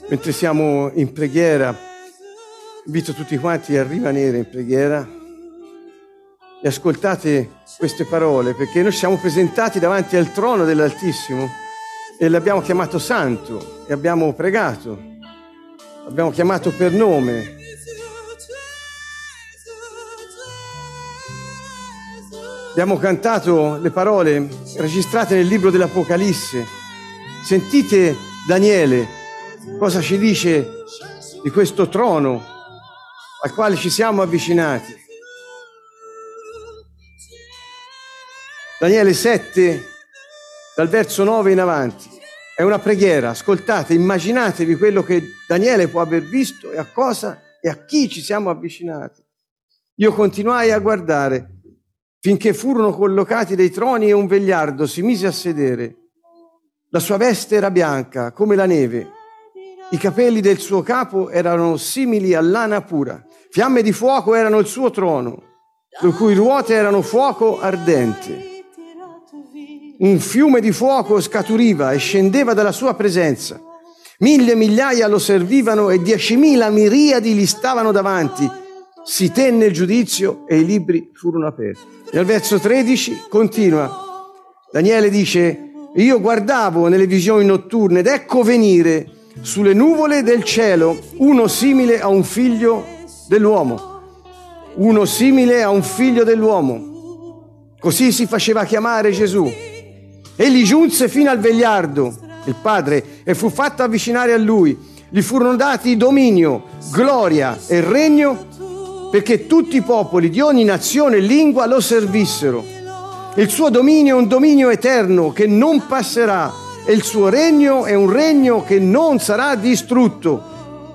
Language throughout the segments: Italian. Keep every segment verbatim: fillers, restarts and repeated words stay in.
Mentre siamo in preghiera, invito tutti quanti a rimanere in preghiera e ascoltate queste parole, perché noi siamo presentati davanti al trono dell'Altissimo e l'abbiamo chiamato santo e abbiamo pregato, abbiamo chiamato per nome. Abbiamo cantato le parole registrate nel libro dell'Apocalisse. Sentite Daniele cosa ci dice di questo trono al quale ci siamo avvicinati. Daniele sette, dal verso nove in avanti. È una preghiera, ascoltate, immaginatevi quello che Daniele può aver visto e a cosa e a chi ci siamo avvicinati. Io continuai a guardare finché furono collocati dei troni e un vegliardo si mise a sedere. La sua veste era bianca come la neve, i capelli del suo capo erano simili a lana pura, fiamme di fuoco erano il suo trono, le cui ruote erano fuoco ardente. Un fiume di fuoco scaturiva e scendeva dalla sua presenza. Mille migliaia lo servivano e diecimila miriadi gli stavano davanti. Si tenne il giudizio e i libri furono aperti. Nel verso tredici continua. Daniele dice: io guardavo nelle visioni notturne ed ecco venire sulle nuvole del cielo uno simile a un figlio dell'uomo. Uno simile a un figlio dell'uomo. Così si faceva chiamare Gesù. Egli giunse fino al vegliardo, il Padre, e fu fatto avvicinare a lui. Gli furono dati dominio, gloria e regno perché tutti i popoli di ogni nazione e lingua lo servissero. Il suo dominio è un dominio eterno che non passerà e il suo regno è un regno che non sarà distrutto.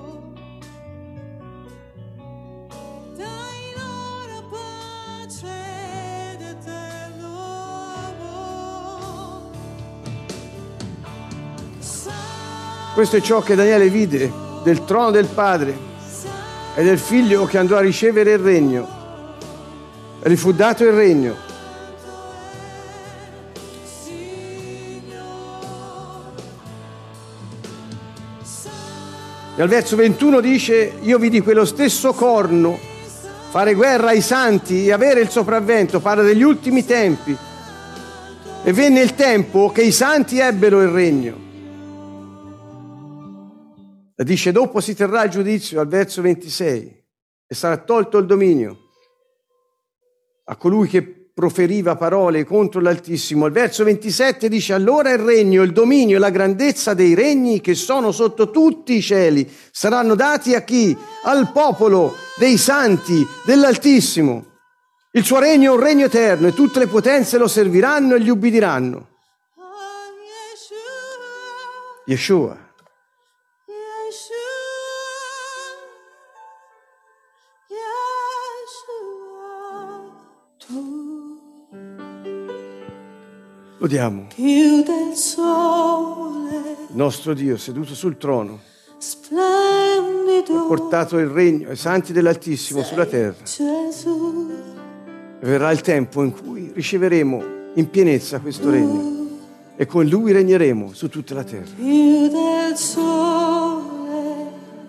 Questo è ciò che Daniele vide del trono del Padre e del Figlio che andrà a ricevere il regno. E gli fu dato il regno. E al verso ventuno dice: io vidi quello stesso corno fare guerra ai santi e avere il sopravvento. Parla degli ultimi tempi. E venne il tempo che i santi ebbero il regno. E dice: dopo si terrà il giudizio, al verso ventisei, e sarà tolto il dominio a colui che proferiva parole contro l'Altissimo. Al verso ventisette dice: allora il regno, il dominio e la grandezza dei regni che sono sotto tutti i cieli saranno dati a chi? Al popolo dei santi dell'Altissimo. Il suo regno è un regno eterno e tutte le potenze lo serviranno e gli ubbidiranno. Yeshua. Lodiamo più del sole, il nostro Dio seduto sul trono, splendido, ha portato il regno ai santi dell'Altissimo sulla terra. Gesù, E verrà il tempo in cui riceveremo in pienezza questo regno e con Lui regneremo su tutta la terra. più del sole,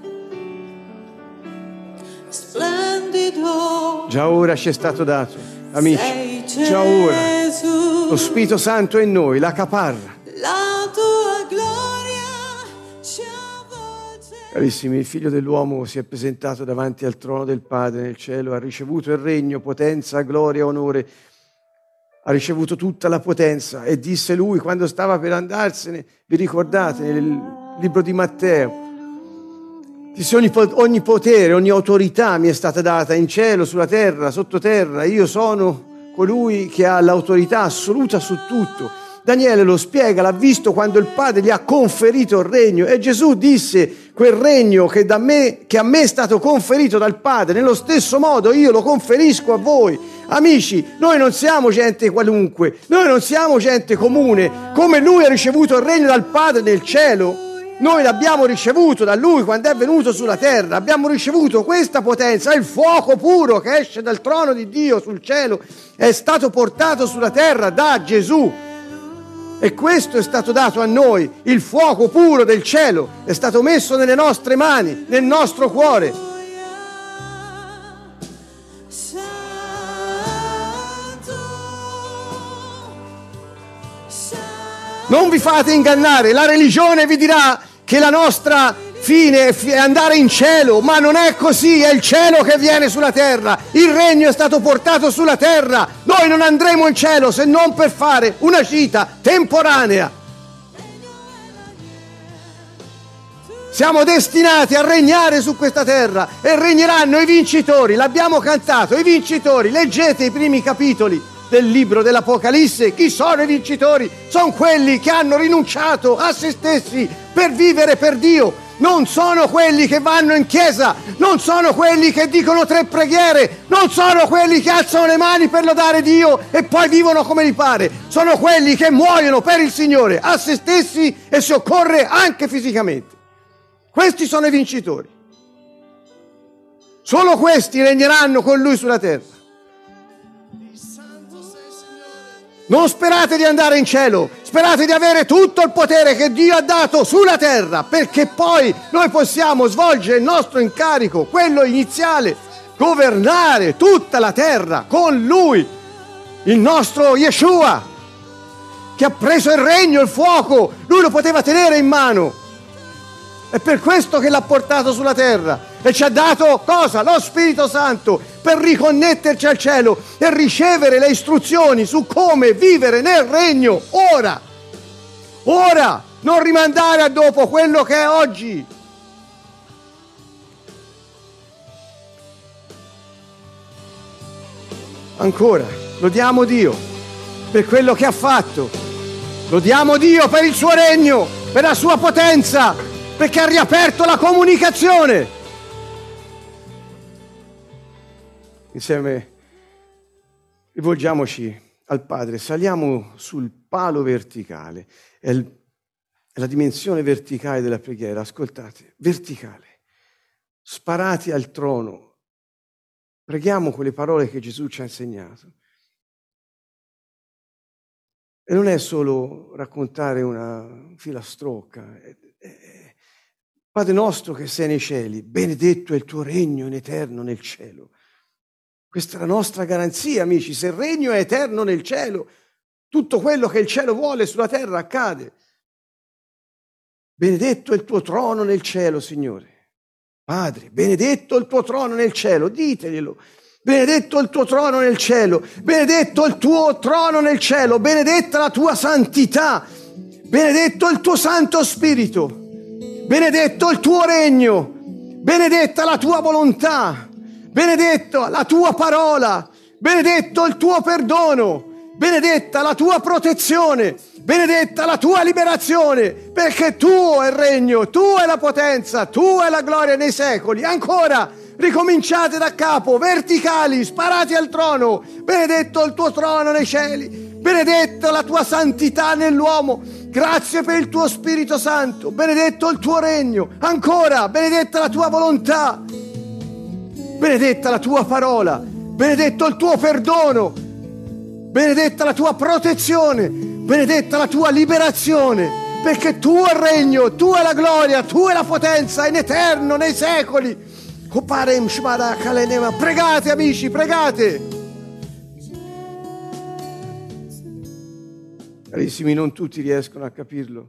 splendido, Già ora ci è stato dato, amici, sei già ora Gesù, lo Spirito Santo è in noi, la caparra. la tua gloria ci avvolge. Carissimi, il Figlio dell'uomo si è presentato davanti al trono del Padre nel cielo, ha ricevuto il regno, potenza, gloria, onore, ha ricevuto tutta la potenza e disse lui quando stava per andarsene, vi ricordate nel libro di Matteo, disse ogni, ogni potere, ogni autorità mi è stata data in cielo, sulla terra, sottoterra, io sono colui che ha l'autorità assoluta su tutto. Daniele lo spiega, l'ha visto quando il Padre gli ha conferito il regno e Gesù disse: quel regno che, da me, che a me è stato conferito dal Padre, nello stesso modo io lo conferisco a voi. Amici, noi non siamo gente qualunque, noi non siamo gente comune. Come Lui ha ricevuto il regno dal Padre nel cielo, noi l'abbiamo ricevuto da Lui quando è venuto sulla terra. Abbiamo ricevuto questa potenza, il fuoco puro che esce dal trono di Dio sul cielo è stato portato sulla terra da Gesù. E questo è stato dato a noi, il fuoco puro del cielo è stato messo nelle nostre mani, nel nostro cuore. Non vi fate ingannare, la religione vi dirà che la nostra fine è andare in cielo, ma non è così, è il cielo che viene sulla terra, il regno è stato portato sulla terra, noi non andremo in cielo se non per fare una gita temporanea. Siamo destinati a regnare su questa terra e regneranno i vincitori, l'abbiamo cantato, i vincitori, leggete i primi capitoli del libro dell'Apocalisse. Chi sono i vincitori? Sono quelli che hanno rinunciato a se stessi per vivere per Dio. Non sono quelli che vanno in chiesa, non sono quelli che dicono tre preghiere, non sono quelli che alzano le mani per lodare Dio e poi vivono come gli pare. Sono quelli che muoiono per il Signore, a se stessi e se occorre anche fisicamente. Questi sono i vincitori. Solo questi regneranno con Lui sulla terra. Non sperate di andare in cielo, sperate di avere tutto il potere che Dio ha dato sulla terra, perché poi noi possiamo svolgere il nostro incarico, quello iniziale, governare tutta la terra con Lui, il nostro Yeshua, che ha preso il regno, il fuoco, Lui lo poteva tenere in mano. È per questo che l'ha portato sulla terra e ci ha dato cosa? Lo Spirito Santo, per riconnetterci al cielo e ricevere le istruzioni su come vivere nel regno ora. Ora, non rimandare a dopo quello che è oggi. Ancora, lodiamo Dio per quello che ha fatto. Lodiamo Dio per il suo regno, per la sua potenza, perché ha riaperto la comunicazione. Insieme rivolgiamoci al Padre, saliamo sul palo verticale, è, il, è la dimensione verticale della preghiera, ascoltate, verticale, sparati al trono, preghiamo quelle parole che Gesù ci ha insegnato. E non è solo raccontare una filastrocca, è, è, Padre nostro che sei nei cieli, benedetto è il tuo regno in eterno nel cielo. Questa è la nostra garanzia, amici. Se il regno è eterno nel cielo, tutto quello che il cielo vuole sulla terra accade. Benedetto è il tuo trono nel cielo, Signore. Padre, benedetto il tuo trono nel cielo, diteglielo. Benedetto il tuo trono nel cielo, benedetto il tuo trono nel cielo, benedetta la tua santità, benedetto il tuo Santo Spirito, benedetto il tuo regno, benedetta la tua volontà. Benedetto la tua parola, benedetto il tuo perdono, benedetta la tua protezione, benedetta la tua liberazione, perché tuo è il regno, tua è la potenza, tua è la gloria nei secoli. Ancora, ricominciate da capo, verticali, sparati al trono, benedetto il tuo trono nei cieli, benedetta la tua santità nell'uomo, grazie per il tuo Spirito Santo, benedetto il tuo regno, ancora, benedetta la tua volontà, benedetta la tua parola, benedetto il tuo perdono, benedetta la tua protezione, benedetta la tua liberazione, perché tuo è il regno, tua è la gloria, tua è la potenza in eterno nei secoli. Pregate amici, pregate. Carissimi, non tutti riescono a capirlo.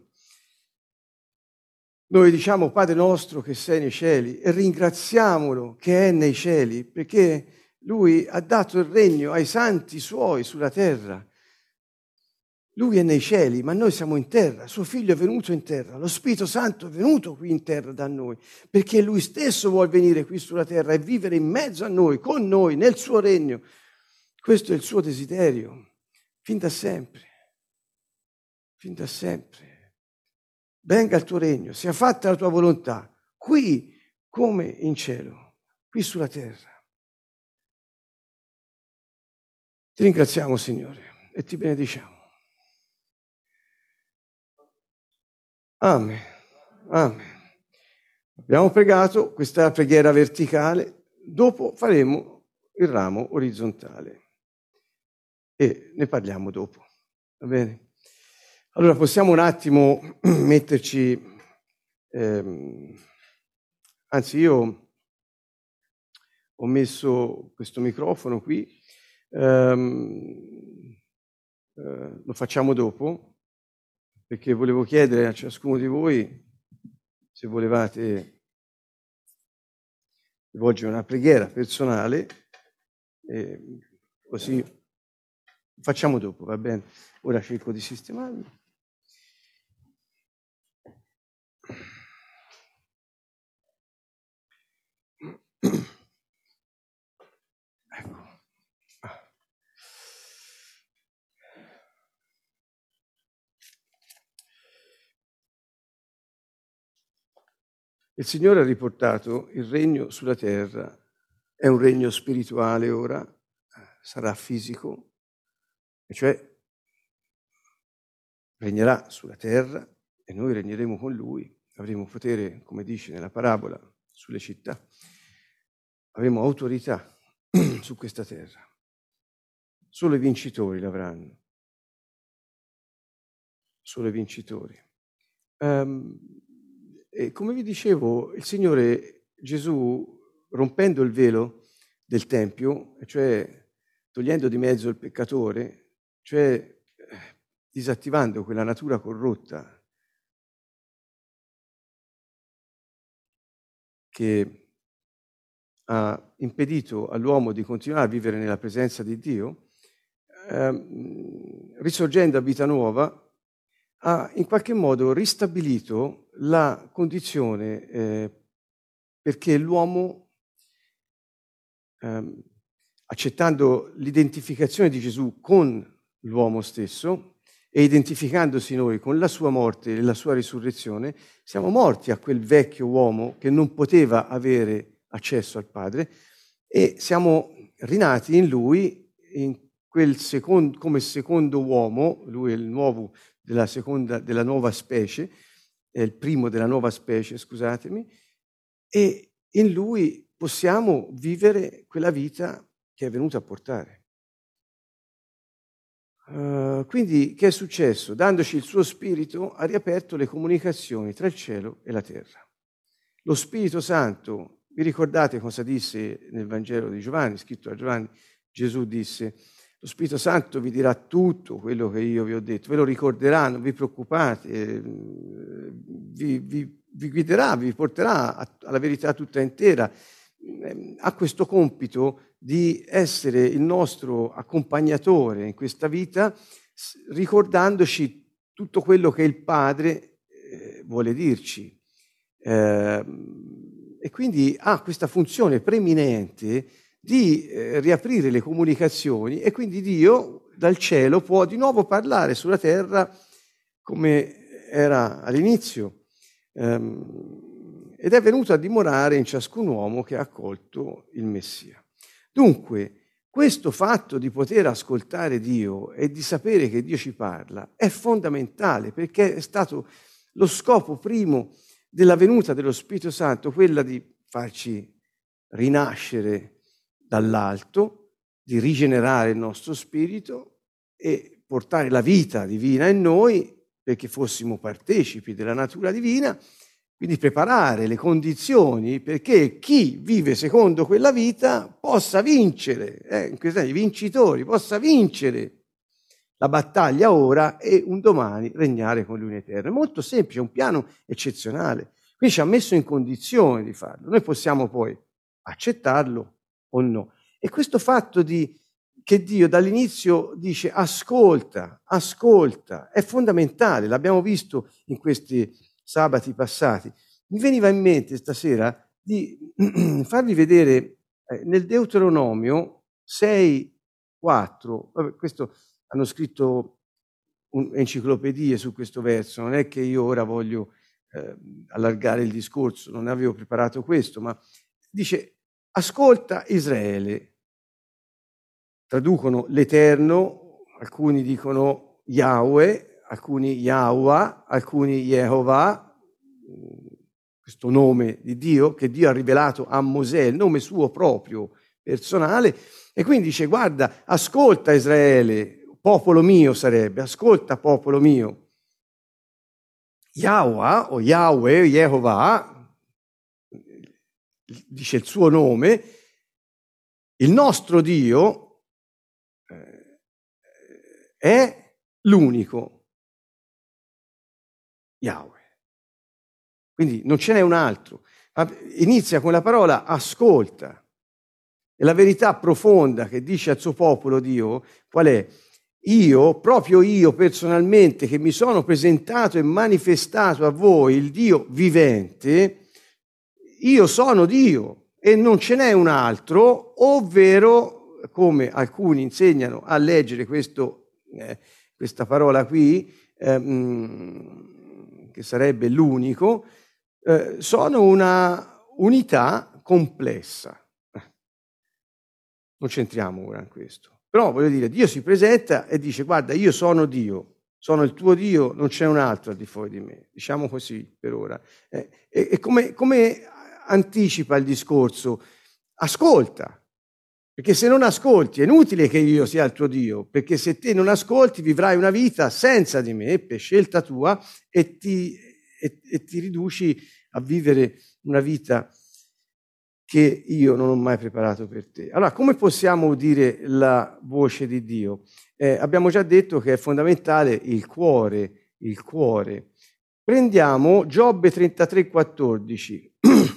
Noi diciamo Padre nostro che sei nei cieli e ringraziamolo che è nei cieli, perché Lui ha dato il regno ai santi suoi sulla terra. Lui è nei cieli, ma noi siamo in terra, suo figlio è venuto in terra, lo Spirito Santo è venuto qui in terra da noi, perché Lui stesso vuole venire qui sulla terra e vivere in mezzo a noi, con noi, nel suo regno. Questo è il suo desiderio, fin da sempre, fin da sempre. Venga il tuo regno, sia fatta la tua volontà, qui come in cielo, qui sulla terra. Ti ringraziamo, Signore, e ti benediciamo. Amen. Amen. Abbiamo pregato, questa è la preghiera verticale, dopo faremo il ramo orizzontale e ne parliamo dopo. Va bene? Allora possiamo un attimo metterci, ehm, anzi io ho messo questo microfono qui, ehm, eh, lo facciamo dopo, perché volevo chiedere a ciascuno di voi se volevate rivolgere una preghiera personale, eh, così facciamo dopo, va bene? Ora cerco di sistemarmi. Ecco. Il Signore ha riportato il regno sulla terra, è un regno spirituale ora, sarà fisico, e cioè regnerà sulla terra e noi regneremo con Lui, avremo potere, come dice nella parabola, sulle città, avremo autorità su questa terra. Solo i vincitori l'avranno, solo i vincitori. Um, e come vi dicevo, il Signore Gesù, rompendo il velo del Tempio, cioè togliendo di mezzo il peccatore, cioè disattivando quella natura corrotta che ha impedito all'uomo di continuare a vivere nella presenza di Dio, ehm, risorgendo a vita nuova, ha in qualche modo ristabilito la condizione eh, perché l'uomo, ehm, accettando l'identificazione di Gesù con l'uomo stesso e identificandosi noi con la sua morte e la sua risurrezione, siamo morti a quel vecchio uomo che non poteva avere accesso al Padre e siamo rinati in Lui in quel secondo, come secondo uomo. Lui è il nuovo della seconda, della nuova specie, è il primo della nuova specie, scusatemi, e in Lui possiamo vivere quella vita che è venuto a portare. Uh, quindi che è successo? Dandoci il suo Spirito ha riaperto le comunicazioni tra il cielo e la terra. Lo Spirito Santo, vi ricordate cosa disse nel Vangelo di Giovanni, scritto da Giovanni? Gesù disse: lo Spirito Santo vi dirà tutto quello che io vi ho detto, ve lo ricorderà, non vi preoccupate, vi, vi, vi guiderà, vi porterà alla verità tutta intera. Ha questo compito di essere il nostro accompagnatore in questa vita, ricordandoci tutto quello che il Padre eh, vuole dirci. Eh, e quindi ha questa funzione preminente di eh, riaprire le comunicazioni, e quindi Dio dal cielo può di nuovo parlare sulla terra come era all'inizio. Um, ed è venuto a dimorare in ciascun uomo che ha accolto il Messia. Dunque, questo fatto di poter ascoltare Dio e di sapere che Dio ci parla è fondamentale, perché è stato lo scopo primo della venuta dello Spirito Santo, quella di farci rinascere dall'alto, di rigenerare il nostro spirito e portare la vita divina in noi perché fossimo partecipi della natura divina, quindi preparare le condizioni perché chi vive secondo quella vita possa vincere, eh, in questi anni, i vincitori, possa vincere la battaglia ora e un domani regnare con Lui in eterno. È molto semplice, è un piano eccezionale. Quindi ci ha messo in condizione di farlo. Noi possiamo poi accettarlo o no. E questo fatto di che Dio dall'inizio dice ascolta, ascolta, è fondamentale, l'abbiamo visto in questi sabati passati. Mi veniva in mente stasera di farvi vedere eh, nel Deuteronomio sei quattro, vabbè, questo hanno scritto enciclopedie su questo verso, non è che io ora voglio eh, allargare il discorso, non avevo preparato questo, ma dice ascolta Israele, traducono l'Eterno, alcuni dicono Yahweh, alcuni Yahweh, alcuni Yehovah, questo nome di Dio che Dio ha rivelato a Mosè, il nome suo proprio personale, e quindi dice guarda, ascolta Israele, popolo mio sarebbe, ascolta popolo mio, Yahweh o Yahweh, Yehovah, dice il suo nome, il nostro Dio eh, è l'unico Yahweh. Quindi non ce n'è un altro. Inizia con la parola ascolta. E la verità profonda che dice al suo popolo Dio, qual è? Io, proprio io personalmente, che mi sono presentato e manifestato a voi, il Dio vivente, io sono Dio e non ce n'è un altro, ovvero, come alcuni insegnano a leggere questo, eh, questa parola qui, ehm, che sarebbe l'unico, eh, sono una unità complessa. Non c'entriamo ora in questo. Però voglio dire, Dio si presenta e dice: guarda, io sono Dio, sono il tuo Dio, non c'è un altro al di fuori di me. Diciamo così per ora. Eh, e e come, come anticipa il discorso? Ascolta, perché se non ascolti è inutile che io sia il tuo Dio, perché se te non ascolti vivrai una vita senza di me, per scelta tua, e ti, e, e ti riduci a vivere una vita che io non ho mai preparato per te. Allora, come possiamo udire la voce di Dio? Eh, abbiamo già detto che è fondamentale il cuore, il cuore. Prendiamo Giobbe trentatré quattordici.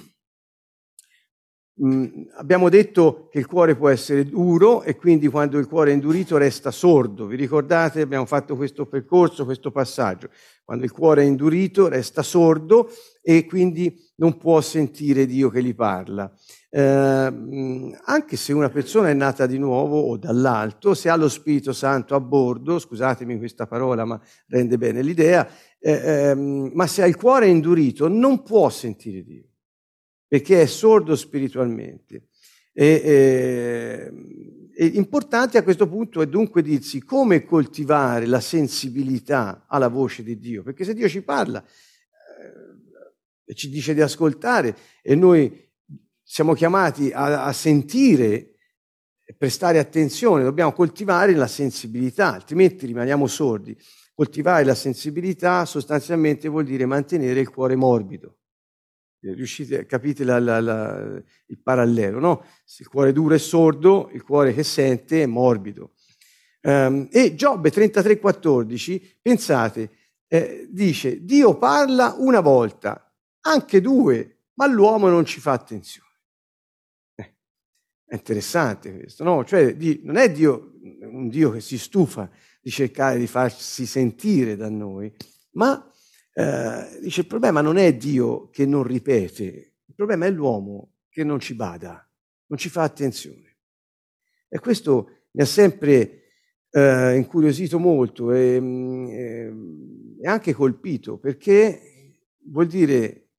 Mm, abbiamo detto che il cuore può essere duro e quindi quando il cuore è indurito resta sordo. Vi ricordate? Abbiamo fatto questo percorso, questo passaggio. Quando il cuore è indurito resta sordo e quindi non può sentire Dio che gli parla. Eh, anche se una persona è nata di nuovo o dall'alto, se ha lo Spirito Santo a bordo, scusatemi questa parola ma rende bene l'idea, eh, ehm, ma se ha il cuore indurito non può sentire Dio, perché è sordo spiritualmente. E, e, e importante a questo punto è dunque dirsi come coltivare la sensibilità alla voce di Dio, perché se Dio ci parla eh, e ci dice di ascoltare e noi siamo chiamati a, a sentire e prestare attenzione, dobbiamo coltivare la sensibilità, altrimenti rimaniamo sordi. Coltivare la sensibilità sostanzialmente vuol dire mantenere il cuore morbido. Riuscite, capite la, la, la, il parallelo, no? Se il cuore duro è sordo, il cuore che sente è morbido. Um, e Giobbe trentatré quattordici, pensate, eh, dice: Dio parla una volta, anche due, ma l'uomo non ci fa attenzione. Eh, è interessante questo, no? Cioè, di, non è Dio, un Dio che si stufa di cercare di farsi sentire da noi, ma Uh, dice il problema non è Dio che non ripete, il problema è l'uomo che non ci bada, non ci fa attenzione. E questo mi ha sempre uh, incuriosito molto e, e, e anche colpito, perché vuol dire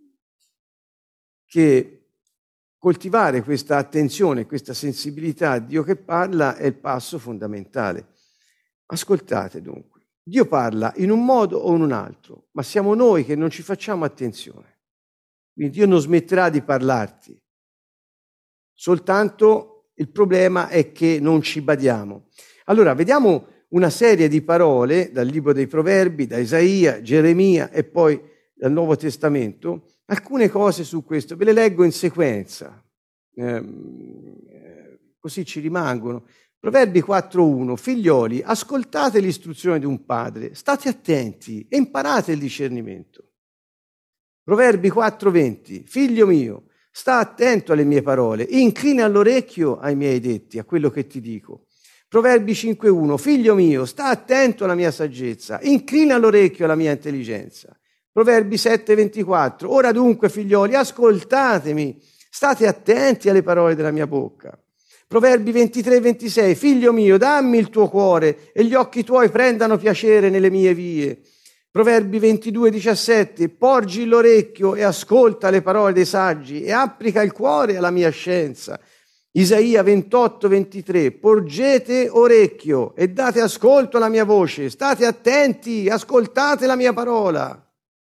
che coltivare questa attenzione, questa sensibilità a Dio che parla è il passo fondamentale. Ascoltate dunque. Dio parla in un modo o in un altro, ma siamo noi che non ci facciamo attenzione. Quindi Dio non smetterà di parlarti. Soltanto il problema è che non ci badiamo. Allora, vediamo una serie di parole dal libro dei Proverbi, da Isaia, Geremia e poi dal Nuovo Testamento. Alcune cose su questo, ve le leggo in sequenza, eh, così ci rimangono. Proverbi quattro uno, figlioli, ascoltate l'istruzione di un padre, state attenti e imparate il discernimento. Proverbi quattro venti, figlio mio, sta attento alle mie parole, inclina l'orecchio ai miei detti, a quello che ti dico. Proverbi cinque uno, figlio mio, sta attento alla mia saggezza, inclina l'orecchio alla mia intelligenza. Proverbi sette ventiquattro, ora dunque, figlioli, ascoltatemi, state attenti alle parole della mia bocca. Proverbi ventitré ventisei, figlio mio, dammi il tuo cuore e gli occhi tuoi prendano piacere nelle mie vie. Proverbi ventidue diciassette, porgi l'orecchio e ascolta le parole dei saggi e applica il cuore alla mia scienza. Isaia ventotto ventitré, porgete orecchio e date ascolto alla mia voce, state attenti, ascoltate la mia parola.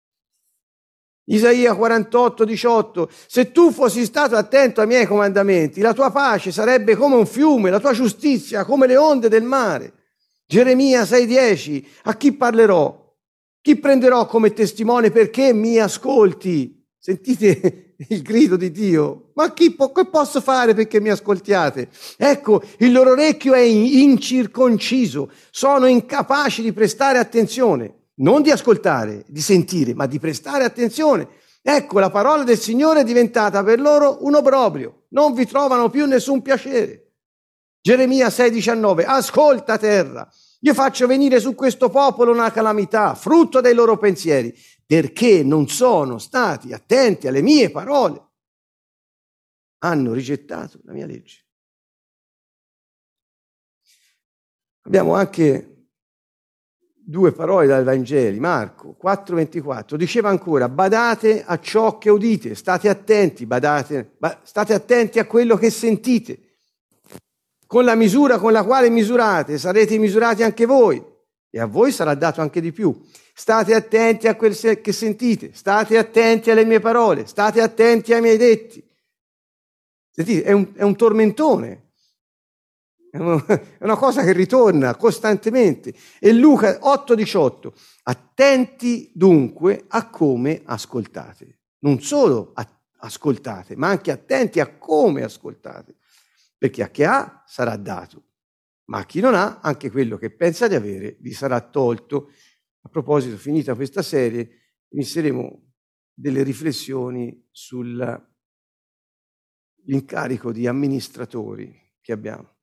Isaia quarantotto diciotto, se tu fossi stato attento ai miei comandamenti, la tua pace sarebbe come un fiume, la tua giustizia come le onde del mare. Geremia sei dieci, a chi parlerò? Chi prenderò come testimone perché mi ascolti? Sentite il grido di Dio. Ma chi po- che posso fare perché mi ascoltiate? Ecco, il loro orecchio è incirconciso, sono incapaci di prestare attenzione, non di ascoltare, di sentire, ma di prestare attenzione. Ecco, la parola del Signore è diventata per loro un obbrobrio, non vi trovano più nessun piacere. Geremia sei diciannove, ascolta terra, io faccio venire su questo popolo una calamità, frutto dei loro pensieri, perché non sono stati attenti alle mie parole. Hanno rigettato la mia legge. Abbiamo anche due parole dai Vangeli. Marco quattro ventiquattro diceva ancora: badate a ciò che udite, state attenti, badate, state attenti a quello che sentite. Con la misura con la quale misurate sarete misurati anche voi e a voi sarà dato anche di più. State attenti a quel che sentite, state attenti alle mie parole, state attenti ai miei detti. Sentite, è un, è un tormentone, è una cosa che ritorna costantemente. E Luca otto diciotto, attenti dunque a come ascoltate. Non solo ascoltate, ma anche attenti a come ascoltate. Perché a chi ha sarà dato, ma a chi non ha, anche quello che pensa di avere gli sarà tolto. A proposito, finita questa serie, inizieremo delle riflessioni sull'incarico di amministratori che abbiamo.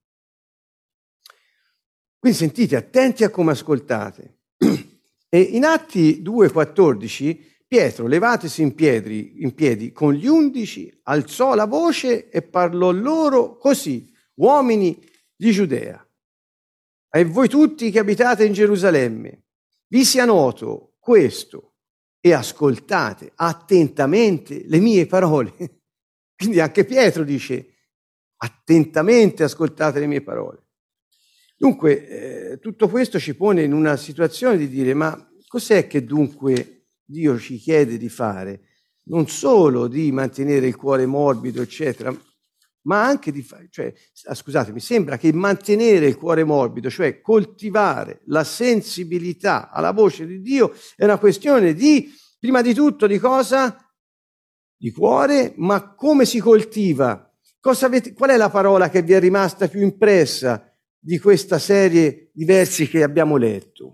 Quindi sentite, attenti a come ascoltate. E in Atti due quattordici, Pietro, levatesi in piedi, in piedi con gli undici, alzò la voce e parlò loro così: uomini di Giudea, e voi tutti che abitate in Gerusalemme, vi sia noto questo e ascoltate attentamente le mie parole. Quindi anche Pietro dice: attentamente ascoltate le mie parole. Dunque, eh, tutto questo ci pone in una situazione di dire: ma cos'è che dunque Dio ci chiede di fare? Non solo di mantenere il cuore morbido, eccetera, ma anche di fare, cioè, scusate, mi sembra che mantenere il cuore morbido, cioè coltivare la sensibilità alla voce di Dio, è una questione di, prima di tutto, di cosa? Di cuore, ma come si coltiva? Cosa avete, qual è la parola che vi è rimasta più impressa di questa serie di versi che abbiamo letto?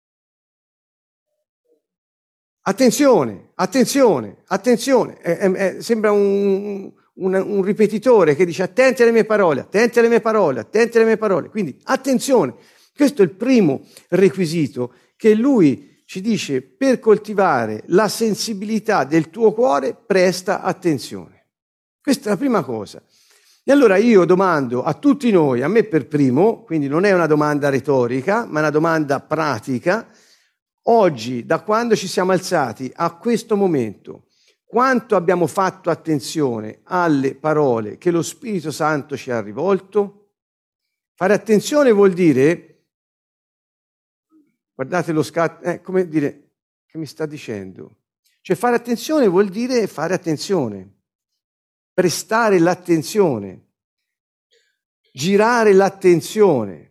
Attenzione, attenzione, attenzione. È, è, è, sembra un, un, un ripetitore che dice: attenti alle mie parole, attenti alle mie parole, attenti alle mie parole. Quindi attenzione, questo è il primo requisito che lui ci dice: per coltivare la sensibilità del tuo cuore presta attenzione. Questa è la prima cosa. E allora io domando a tutti noi, a me per primo, quindi non è una domanda retorica, ma una domanda pratica: oggi, da quando ci siamo alzati a questo momento, quanto abbiamo fatto attenzione alle parole che lo Spirito Santo ci ha rivolto? Fare attenzione vuol dire, guardate lo scatto, eh, come dire, che mi sta dicendo? Cioè fare attenzione vuol dire fare attenzione, prestare l'attenzione, girare l'attenzione.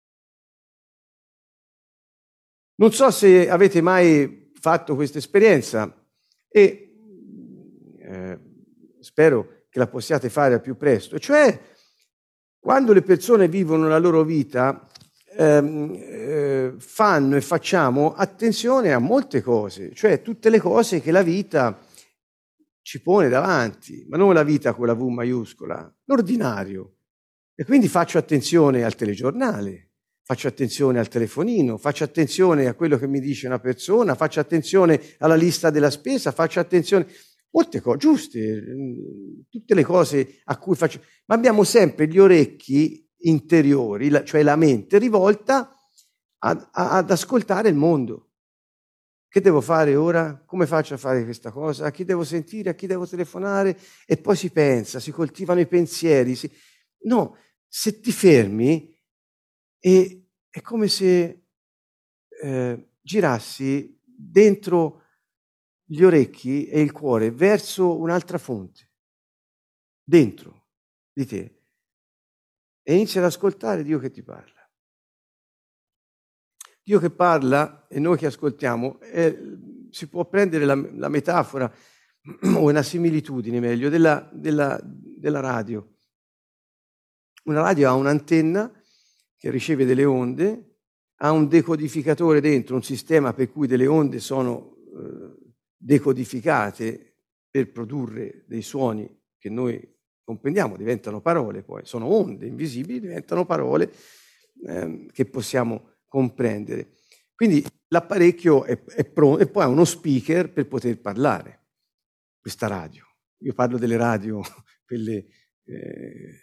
Non so se avete mai fatto questa esperienza e eh, spero che la possiate fare al più presto. Cioè, quando le persone vivono la loro vita, ehm, eh, fanno e facciamo attenzione a molte cose, cioè tutte le cose che la vita ci pone davanti, ma non la vita con la V maiuscola, l'ordinario. E quindi faccio attenzione al telegiornale, faccio attenzione al telefonino, faccio attenzione a quello che mi dice una persona, faccio attenzione alla lista della spesa, faccio attenzione, molte cose giuste, tutte le cose a cui faccio, ma abbiamo sempre gli orecchi interiori, cioè la mente rivolta ad, ad ascoltare il mondo. Che devo fare ora? Come faccio a fare questa cosa? A chi devo sentire? A chi devo telefonare? E poi si pensa, si coltivano i pensieri. Si... No, se ti fermi, e è come se eh, girassi dentro gli orecchi e il cuore verso un'altra fonte, dentro di te, e inizi ad ascoltare Dio che ti parla. Dio che parla e noi che ascoltiamo, eh, si può prendere la, la metafora o una similitudine meglio della, della, della radio. Una radio ha un'antenna che riceve delle onde, ha un decodificatore dentro, un sistema per cui delle onde sono eh, decodificate per produrre dei suoni che noi comprendiamo, diventano parole poi, sono onde invisibili, diventano parole eh, che possiamo comprendere. Quindi l'apparecchio è, è pronto e poi ha uno speaker per poter parlare, questa radio. Io parlo delle radio, quelle eh,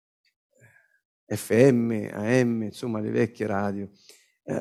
F M, A M, insomma le vecchie radio. Eh,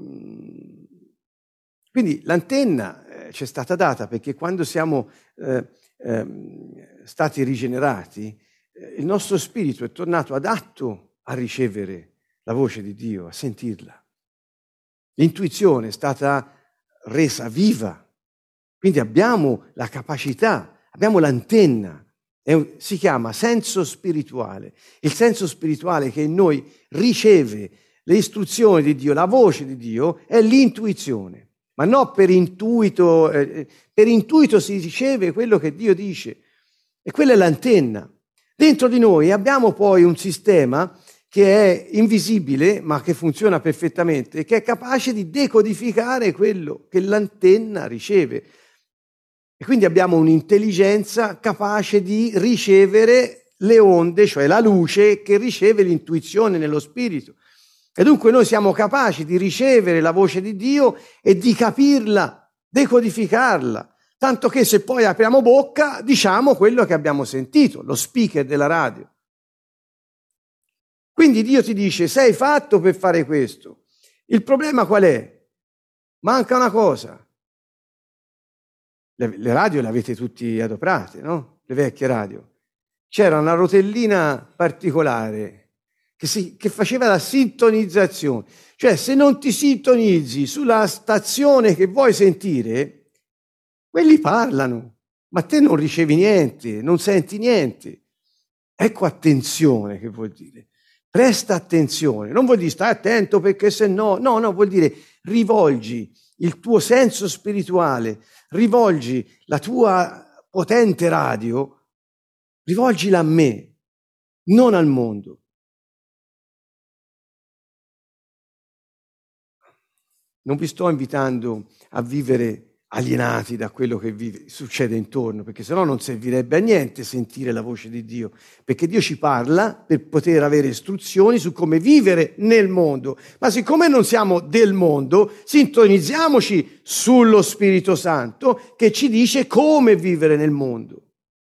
quindi l'antenna eh, ci è stata data perché quando siamo eh, eh, stati rigenerati, eh, il nostro spirito è tornato adatto a ricevere la voce di Dio, a sentirla. L'intuizione è stata resa viva, quindi abbiamo la capacità, abbiamo l'antenna, è un, si chiama senso spirituale. Il senso spirituale che in noi riceve le istruzioni di Dio, la voce di Dio, è l'intuizione. Ma non per intuito, eh, per intuito si riceve quello che Dio dice, e quella è l'antenna. Dentro di noi abbiamo poi un sistema che è invisibile ma che funziona perfettamente, che è capace di decodificare quello che l'antenna riceve. E quindi abbiamo un'intelligenza capace di ricevere le onde, cioè la luce che riceve l'intuizione nello spirito. E dunque noi siamo capaci di ricevere la voce di Dio e di capirla, decodificarla, tanto che se poi apriamo bocca diciamo quello che abbiamo sentito, lo speaker della radio. Quindi Dio ti dice, sei fatto per fare questo. Il problema qual è? Manca una cosa. Le, le radio le avete tutti adoprate, no? Le vecchie radio. C'era una rotellina particolare che, si, che faceva la sintonizzazione. Cioè, se non ti sintonizzi sulla stazione che vuoi sentire, quelli parlano, ma te non ricevi niente, non senti niente. Ecco attenzione che vuol dire. Presta attenzione, non vuol dire stai attento perché se no, no, no, vuol dire rivolgi il tuo senso spirituale, rivolgi la tua potente radio, rivolgila a me, non al mondo. Non vi sto invitando a vivere alienati da quello che vi succede intorno, perché sennò non servirebbe a niente sentire la voce di Dio, perché Dio ci parla per poter avere istruzioni su come vivere nel mondo. Ma siccome non siamo del mondo, sintonizziamoci sullo Spirito Santo che ci dice come vivere nel mondo,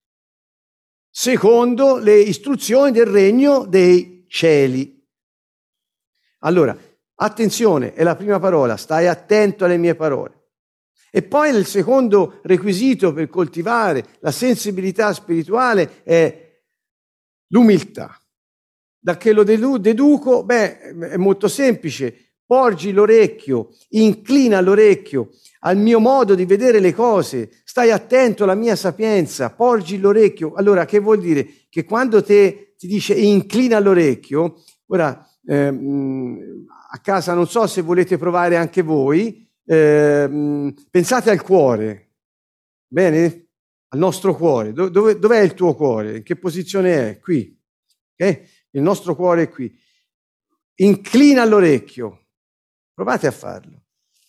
secondo le istruzioni del regno dei cieli. Allora, attenzione, è la prima parola, stai attento alle mie parole. E poi il secondo requisito per coltivare la sensibilità spirituale è l'umiltà. Da che lo deduco? Beh, è molto semplice. Porgi l'orecchio, inclina l'orecchio al mio modo di vedere le cose, stai attento alla mia sapienza, porgi l'orecchio. Allora, che vuol dire? Che quando te ti dice inclina l'orecchio, ora ehm, a casa non so se volete provare anche voi, Eh, pensate al cuore, bene? Al nostro cuore. Do- dove, dov'è il tuo cuore? In che posizione è? Qui. Okay? Il nostro cuore è qui. Inclina l'orecchio. Provate a farlo.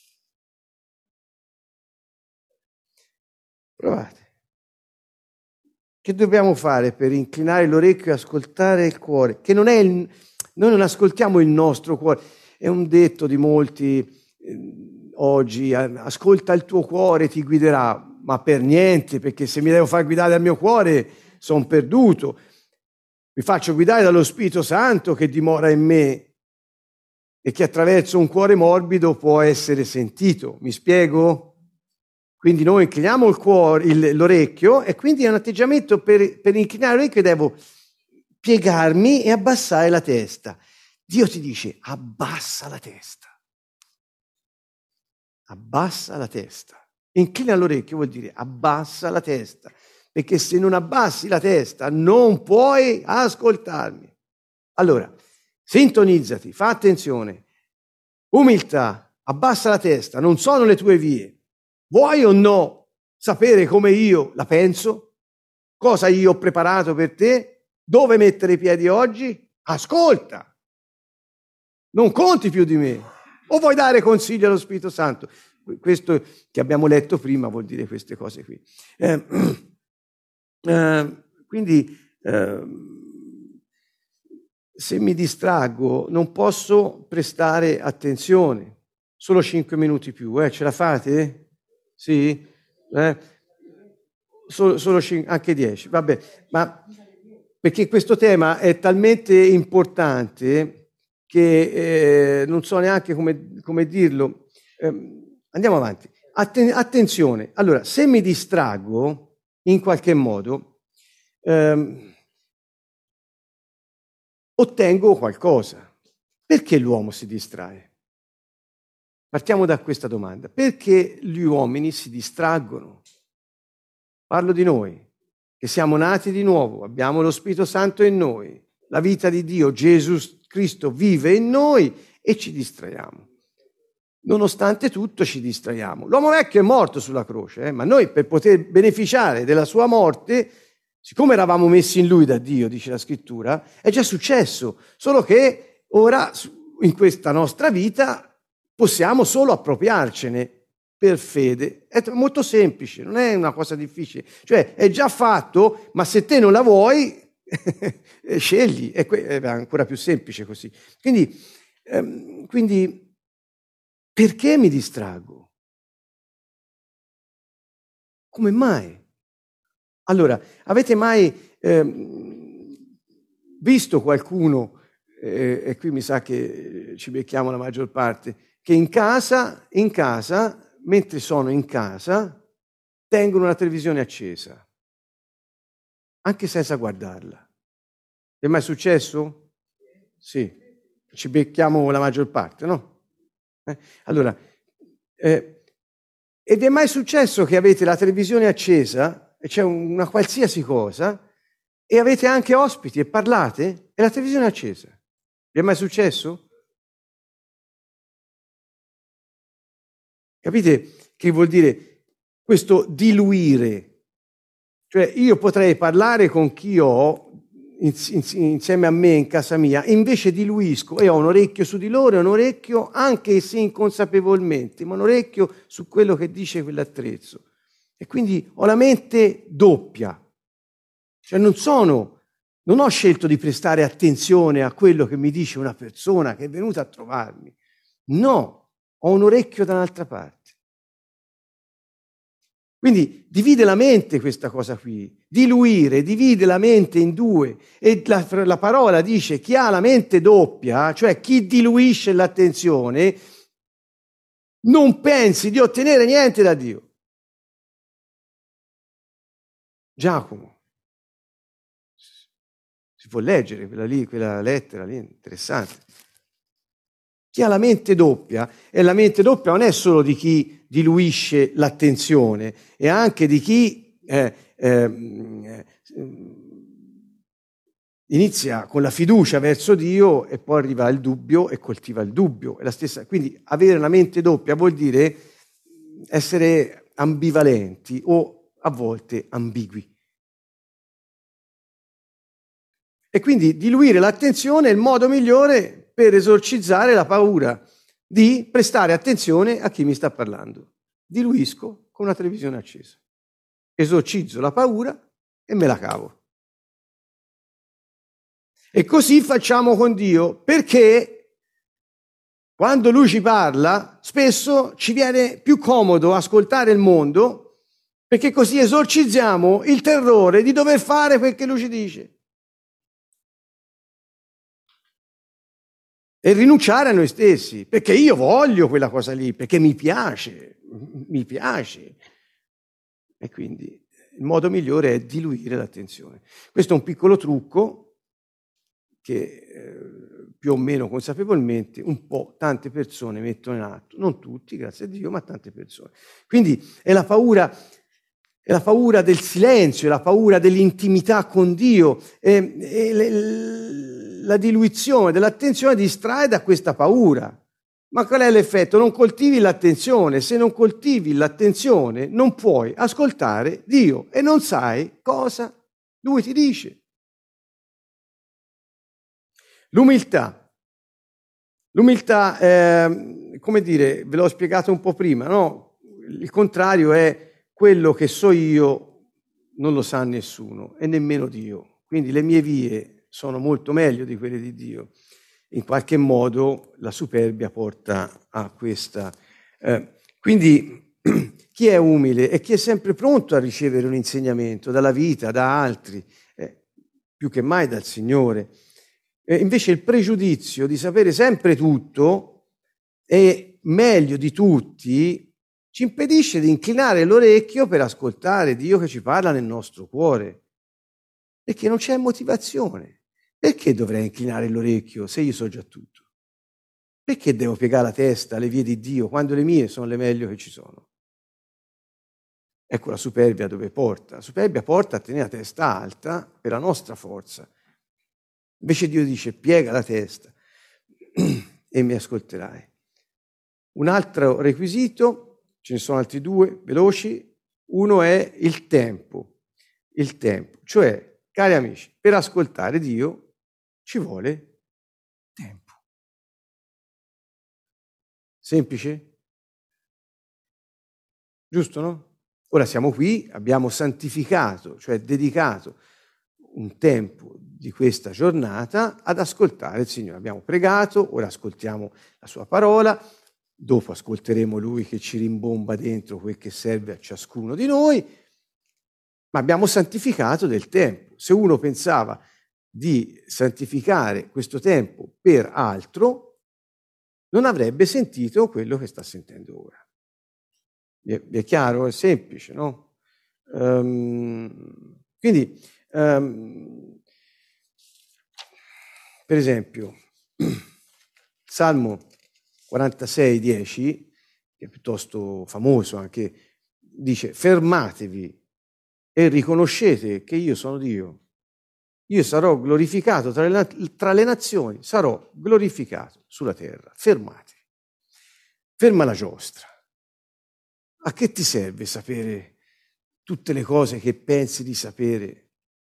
Provate. Che dobbiamo fare per inclinare l'orecchio e ascoltare il cuore? Che non è il, noi non ascoltiamo il nostro cuore. È un detto di molti eh, oggi, ascolta il tuo cuore, ti guiderà, ma per niente, perché se mi devo far guidare dal mio cuore sono perduto. Mi faccio guidare dallo Spirito Santo che dimora in me e che attraverso un cuore morbido può essere sentito. Mi spiego? Quindi noi incliniamo il cuore, il, l'orecchio, e quindi è un atteggiamento per, per inclinare l'orecchio devo piegarmi e abbassare la testa. Dio ti dice abbassa la testa. Abbassa la testa. Inclina l'orecchio vuol dire abbassa la testa, perché se non abbassi la testa non puoi ascoltarmi. Allora, sintonizzati, fa attenzione, umiltà, abbassa la testa, non sono le tue vie. Vuoi o no sapere come io la penso? Cosa io ho preparato per te? Dove mettere i piedi oggi? Ascolta! Non conti più di me. O vuoi dare consigli allo Spirito Santo? Questo che abbiamo letto prima vuol dire queste cose qui. Eh, eh, quindi, eh, se mi distraggo, non posso prestare attenzione. Solo cinque minuti più, eh? Ce la fate? Sì? Eh? Solo, solo cinque, anche dieci, vabbè. Ma perché questo tema è talmente importante che eh, non so neanche come, come dirlo. Eh, andiamo avanti. Atten- attenzione. Allora, se mi distraggo in qualche modo, ehm, ottengo qualcosa. Perché l'uomo si distrae? Partiamo da questa domanda. Perché gli uomini si distraggono? Parlo di noi, che siamo nati di nuovo, abbiamo lo Spirito Santo in noi, la vita di Dio, Gesù Cristo vive in noi e ci distraiamo. Nonostante tutto ci distraiamo. L'uomo vecchio è morto sulla croce, eh? Ma noi per poter beneficiare della sua morte, siccome eravamo messi in lui da Dio, dice la Scrittura, è già successo, solo che ora in questa nostra vita possiamo solo appropriarcene per fede. È molto semplice, non è una cosa difficile. Cioè, è già fatto, ma se te non la vuoi, scegli. È ancora più semplice così. Quindi, ehm, quindi, perché mi distraggo? Come mai? Allora, avete mai ehm, visto qualcuno, eh, e qui mi sa che ci becchiamo la maggior parte, che in casa, in casa, mentre sono in casa, tengono la televisione accesa, anche senza guardarla. È mai successo? Sì, ci becchiamo la maggior parte, no? Eh? Allora, eh, ed è mai successo che avete la televisione accesa e c'è una qualsiasi cosa e avete anche ospiti e parlate e la televisione è accesa? Vi è mai successo? Capite che vuol dire questo diluire? Cioè io potrei parlare con chi ho insieme a me in casa mia, invece diluisco e ho un orecchio su di loro e un orecchio, anche se inconsapevolmente, ma un orecchio su quello che dice quell'attrezzo. E quindi ho la mente doppia. Cioè non sono, non ho scelto di prestare attenzione a quello che mi dice una persona che è venuta a trovarmi. No. Ho un orecchio da un'altra parte. Quindi divide la mente questa cosa qui. Diluire, divide la mente in due. E la, la parola dice chi ha la mente doppia, cioè chi diluisce l'attenzione, non pensi di ottenere niente da Dio. Giacomo. Si può leggere quella lì, quella lettera lì, interessante. Chi ha la mente doppia, e la mente doppia non è solo di chi diluisce l'attenzione, è anche di chi eh, eh, inizia con la fiducia verso Dio e poi arriva al dubbio e coltiva il dubbio. È la stessa. Quindi avere la mente doppia vuol dire essere ambivalenti o a volte ambigui. E quindi diluire l'attenzione è il modo migliore per esorcizzare la paura di prestare attenzione a chi mi sta parlando. Diluisco con una televisione accesa. Esorcizzo la paura e me la cavo. E così facciamo con Dio, perché quando Lui ci parla, spesso ci viene più comodo ascoltare il mondo, perché così esorcizziamo il terrore di dover fare quel che Lui ci dice. E rinunciare a noi stessi, perché io voglio quella cosa lì, perché mi piace, mi piace. E quindi il modo migliore è diluire l'attenzione. Questo è un piccolo trucco che eh, più o meno consapevolmente un po' tante persone mettono in atto, non tutti, grazie a Dio, ma tante persone. Quindi è la paura, è la paura del silenzio, è la paura dell'intimità con Dio, è, è le, la diluizione dell'attenzione distrae da questa paura. Ma qual è l'effetto? Non coltivi l'attenzione. Se non coltivi l'attenzione, non puoi ascoltare Dio e non sai cosa Lui ti dice. L'umiltà. L'umiltà, eh, come dire, ve l'ho spiegato un po' prima, no? Il contrario è quello che so io, non lo sa nessuno e nemmeno Dio. Quindi le mie vie sono molto meglio di quelle di Dio. In qualche modo la superbia porta a questa. Eh, quindi chi è umile è chi è sempre pronto a ricevere un insegnamento dalla vita, da altri, eh, più che mai dal Signore. Eh, invece il pregiudizio di sapere sempre tutto e meglio di tutti ci impedisce di inclinare l'orecchio per ascoltare Dio che ci parla nel nostro cuore, perché non c'è motivazione. Perché dovrei inclinare l'orecchio se io so già tutto? Perché devo piegare la testa alle vie di Dio quando le mie sono le meglio che ci sono? Ecco la superbia dove porta. La superbia porta a tenere la testa alta per la nostra forza. Invece Dio dice piega la testa e mi ascolterai. Un altro requisito, ce ne sono altri due, veloci, uno è il tempo. Il tempo, cioè, cari amici, per ascoltare Dio ci vuole tempo. Semplice? Giusto, no? Ora siamo qui, abbiamo santificato, cioè dedicato un tempo di questa giornata ad ascoltare il Signore. Abbiamo pregato, ora ascoltiamo la sua parola, dopo ascolteremo Lui che ci rimbomba dentro quel che serve a ciascuno di noi, ma abbiamo santificato del tempo. Se uno pensava di santificare questo tempo per altro, non avrebbe sentito quello che sta sentendo ora. Vi è, vi è chiaro? È semplice, no? Um, quindi, um, per esempio, Salmo quarantasei, dieci, che è piuttosto famoso anche, dice: fermatevi e riconoscete che io sono Dio. Io sarò glorificato tra le, tra le nazioni, sarò glorificato sulla terra. Fermatevi. Ferma la giostra. A che ti serve sapere tutte le cose che pensi di sapere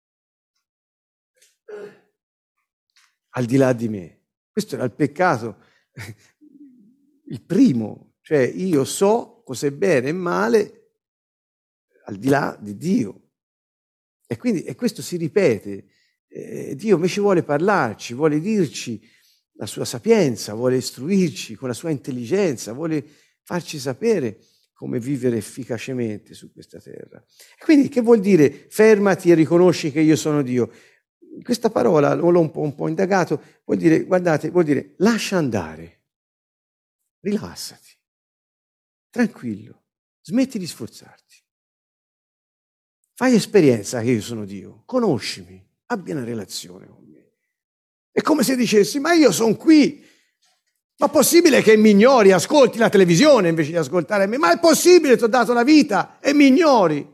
al di là di me? Questo era il peccato, il primo. Cioè io so cos'è bene e male al di là di Dio. E quindi e questo si ripete. Eh, Dio invece vuole parlarci, vuole dirci la sua sapienza, vuole istruirci con la sua intelligenza, vuole farci sapere come vivere efficacemente su questa terra. E quindi che vuol dire fermati e riconosci che io sono Dio? Questa parola, l'ho un po', un po' indagato, vuol dire, guardate, vuol dire lascia andare, rilassati, tranquillo, smetti di sforzarti. Fai esperienza che io sono Dio, conoscimi, abbi una relazione con me. È come se dicessi, ma io sono qui, ma è possibile che mi ignori, ascolti la televisione invece di ascoltare me? Ma è possibile, ti ho dato la vita e mi ignori?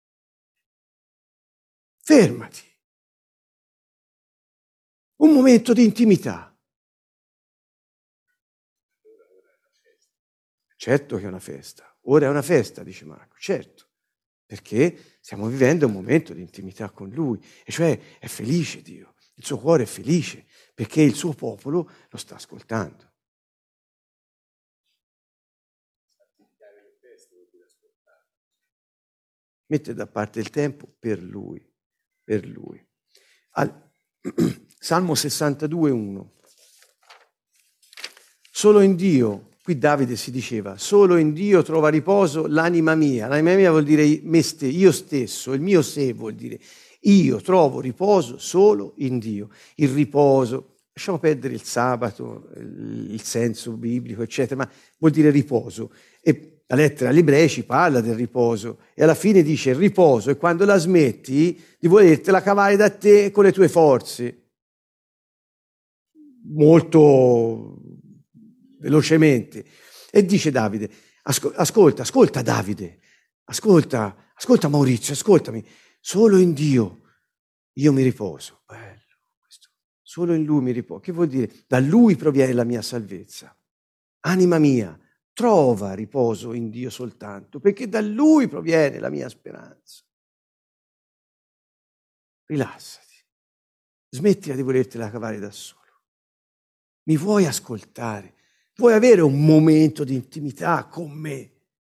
Fermati. Un momento di intimità. Certo che è una festa. Ora è una festa, dice Marco, certo. Perché stiamo vivendo un momento di intimità con Lui, e cioè è felice Dio, il suo cuore è felice, perché il suo popolo lo sta ascoltando. Mette da parte il tempo per Lui, per Lui. Al, Salmo sessantadue, uno. Solo in Dio, qui Davide si diceva, solo in Dio trova riposo l'anima mia. L'anima mia vuol dire me ste, io stesso, il mio sé vuol dire io trovo riposo solo in Dio. Il riposo, lasciamo perdere il sabato, il senso biblico, eccetera, ma vuol dire riposo. E la lettera agli ebrei ci parla del riposo e alla fine dice il riposo è quando la smetti di volertela cavare da te con le tue forze. Molto velocemente. E dice Davide, ascol- ascolta, ascolta Davide, ascolta, ascolta Maurizio, ascoltami, solo in Dio io mi riposo. Bello questo. Solo in Lui mi riposo. Che vuol dire? Da Lui proviene la mia salvezza. Anima mia, trova riposo in Dio soltanto, perché da Lui proviene la mia speranza. Rilassati, smettila di volertela cavare da solo. Mi vuoi ascoltare? Vuoi avere un momento di intimità con me?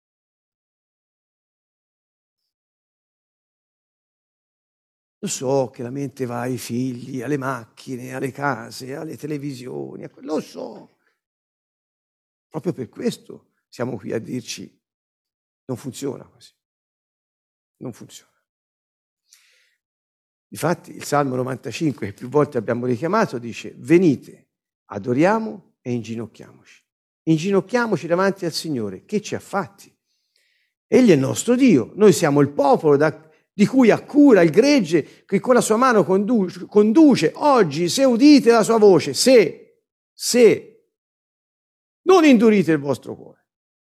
Lo so che la mente va ai figli, alle macchine, alle case, alle televisioni, lo so. Proprio per questo siamo qui a dirci non funziona così. Non funziona. Difatti il Salmo novantacinque, che più volte abbiamo richiamato, dice: venite, adoriamo e inginocchiamoci. Inginocchiamoci davanti al Signore, che ci ha fatti. Egli è il nostro Dio, noi siamo il popolo da, di cui ha cura il gregge, che con la sua mano conduce, conduce. Oggi, se udite la sua voce, se, se, non indurite il vostro cuore,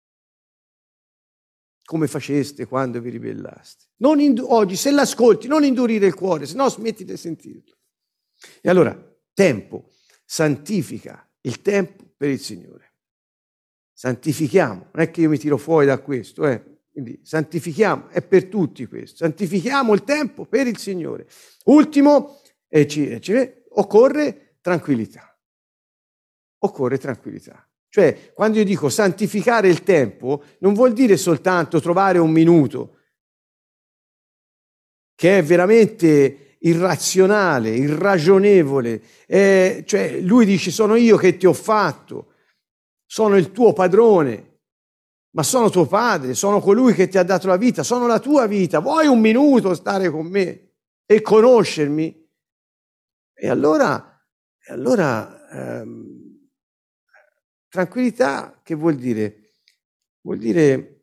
come faceste quando vi ribellaste. Non indu- oggi, se l'ascolti, non indurire il cuore, se no smetti di sentirlo. E allora, tempo, santifica il tempo per il Signore. Santifichiamo, non è che io mi tiro fuori da questo, eh. Quindi santifichiamo, è per tutti questo. Santifichiamo il tempo per il Signore. Ultimo, eh, ci, ci, occorre tranquillità. Occorre tranquillità. Cioè, quando io dico santificare il tempo, non vuol dire soltanto trovare un minuto, che è veramente irrazionale, irragionevole. Eh, cioè, lui dice: sono io che ti ho fatto, sono il tuo padrone, ma sono tuo padre, sono colui che ti ha dato la vita, sono la tua vita. Vuoi un minuto stare con me e conoscermi? E allora, e allora ehm, tranquillità che vuol dire? Vuol dire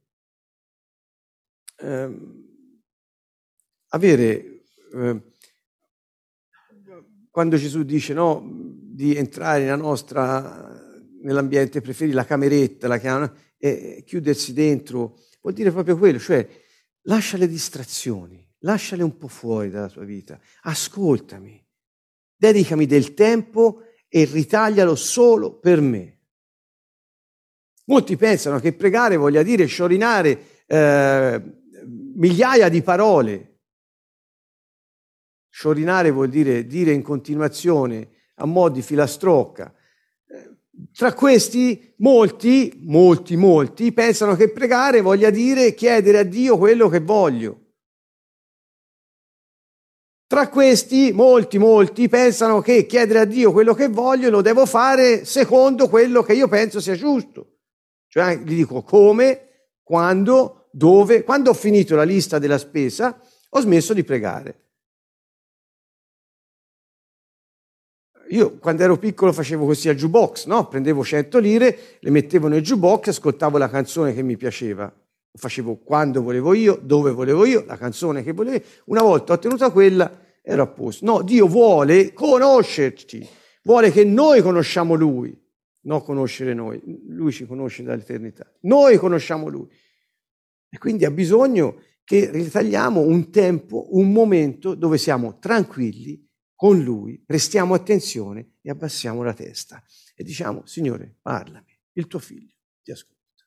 ehm, avere, eh, quando Gesù dice no, di entrare nella nostra, nell'ambiente preferito, la cameretta, la chiamano, e chiudersi dentro, vuol dire proprio quello, cioè lascia le distrazioni, lasciale un po' fuori dalla tua vita, ascoltami, dedicami del tempo e ritaglialo solo per me. Molti pensano che pregare voglia dire sciorinare eh, migliaia di parole. Sciorinare vuol dire dire in continuazione a mo' di filastrocca. Eh, tra questi, molti, molti, molti pensano che pregare voglia dire chiedere a Dio quello che voglio. Tra questi, molti, molti pensano che chiedere a Dio quello che voglio lo devo fare secondo quello che io penso sia giusto. Cioè gli dico come, quando, dove. Quando ho finito la lista della spesa, ho smesso di pregare. Io quando ero piccolo facevo così al jukebox, no? Prendevo cento lire, le mettevo nel jukebox, ascoltavo la canzone che mi piaceva. Lo facevo quando volevo io, dove volevo io, la canzone che volevo io. Una volta ottenuta quella, ero a posto. No, Dio vuole conoscerci, vuole che noi conosciamo Lui. Non conoscere noi, Lui ci conosce dall'eternità, noi conosciamo Lui e quindi ha bisogno che ritagliamo un tempo, un momento dove siamo tranquilli con Lui, prestiamo attenzione e abbassiamo la testa e diciamo: Signore, parlami, il tuo figlio ti ascolta.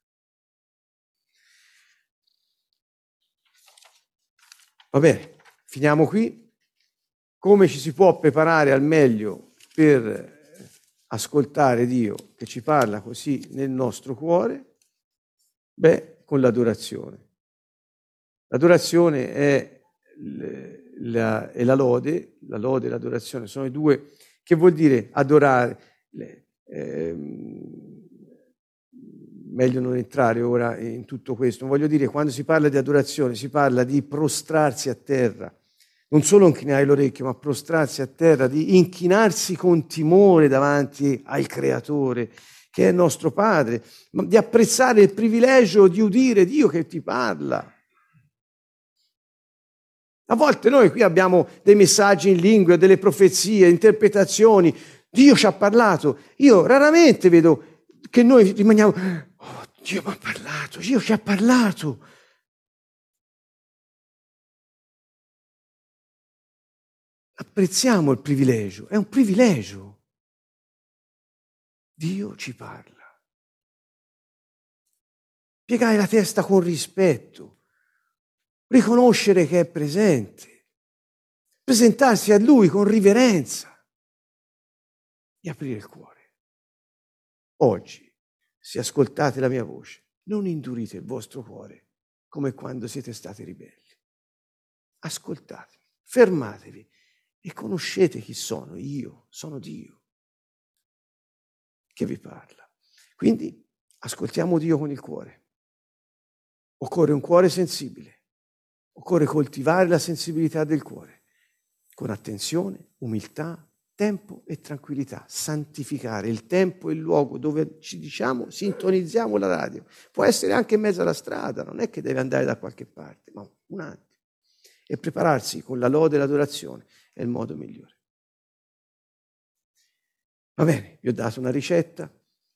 Va bene, finiamo qui. Come ci si può preparare al meglio per ascoltare Dio che ci parla così nel nostro cuore? Beh, con l'adorazione. L'adorazione è, la, è la lode, la lode e l'adorazione sono i due, che vuol dire adorare. Eh, meglio non entrare ora in tutto questo, voglio dire, quando si parla di adorazione si parla di prostrarsi a terra. Non solo inchinare l'orecchio, ma prostrarsi a terra, di inchinarsi con timore davanti al Creatore, che è il nostro Padre, di apprezzare il privilegio di udire Dio che ti parla. A volte noi qui abbiamo dei messaggi in lingue, delle profezie, interpretazioni. Dio ci ha parlato. Io raramente vedo che noi rimaniamo: oh, Dio mi ha parlato, Dio ci ha parlato. Apprezziamo il privilegio, è un privilegio. Dio ci parla. piegare la testa con rispetto, riconoscere che è presente, presentarsi a Lui con riverenza e aprire il cuore. Oggi, se ascoltate la mia voce, non indurite il vostro cuore come quando siete stati ribelli. Ascoltatevi, fermatevi e conoscete chi sono. Io sono Dio che vi parla. Quindi ascoltiamo Dio con il cuore. Occorre un cuore sensibile, occorre coltivare la sensibilità del cuore, con attenzione, umiltà, tempo e tranquillità, santificare il tempo e il luogo dove ci diciamo, sintonizziamo la radio. Può essere anche in mezzo alla strada, non è che deve andare da qualche parte, ma un attimo. E prepararsi con la lode e l'adorazione è il modo migliore. Va bene, vi ho dato una ricetta.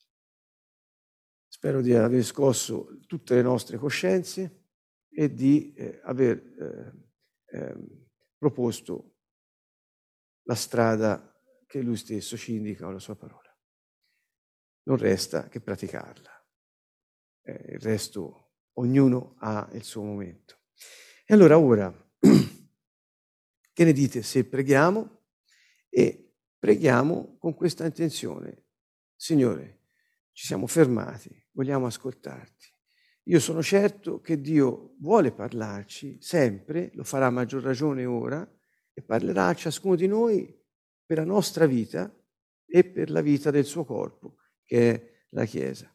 Spero di aver scosso tutte le nostre coscienze e di eh, aver eh, eh, proposto la strada che Lui stesso ci indica con la sua parola. Non resta che praticarla. Eh, il resto, ognuno ha il suo momento. E allora ora, che ne dite se preghiamo? E preghiamo con questa intenzione. Signore, ci siamo fermati, vogliamo ascoltarti. Io sono certo che Dio vuole parlarci sempre, lo farà a maggior ragione ora, e parlerà a ciascuno di noi per la nostra vita e per la vita del suo corpo, che è la Chiesa.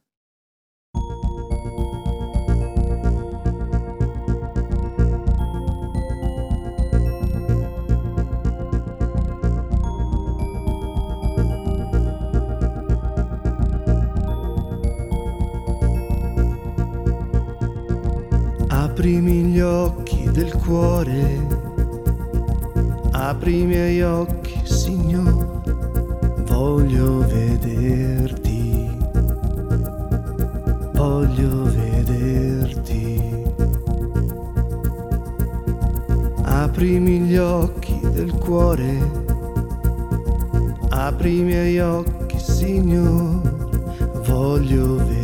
Aprimi gli occhi del cuore, apri i miei occhi, Signore, voglio vederti, voglio vederti. Aprimi gli occhi del cuore, apri i miei occhi, Signore, voglio vederti.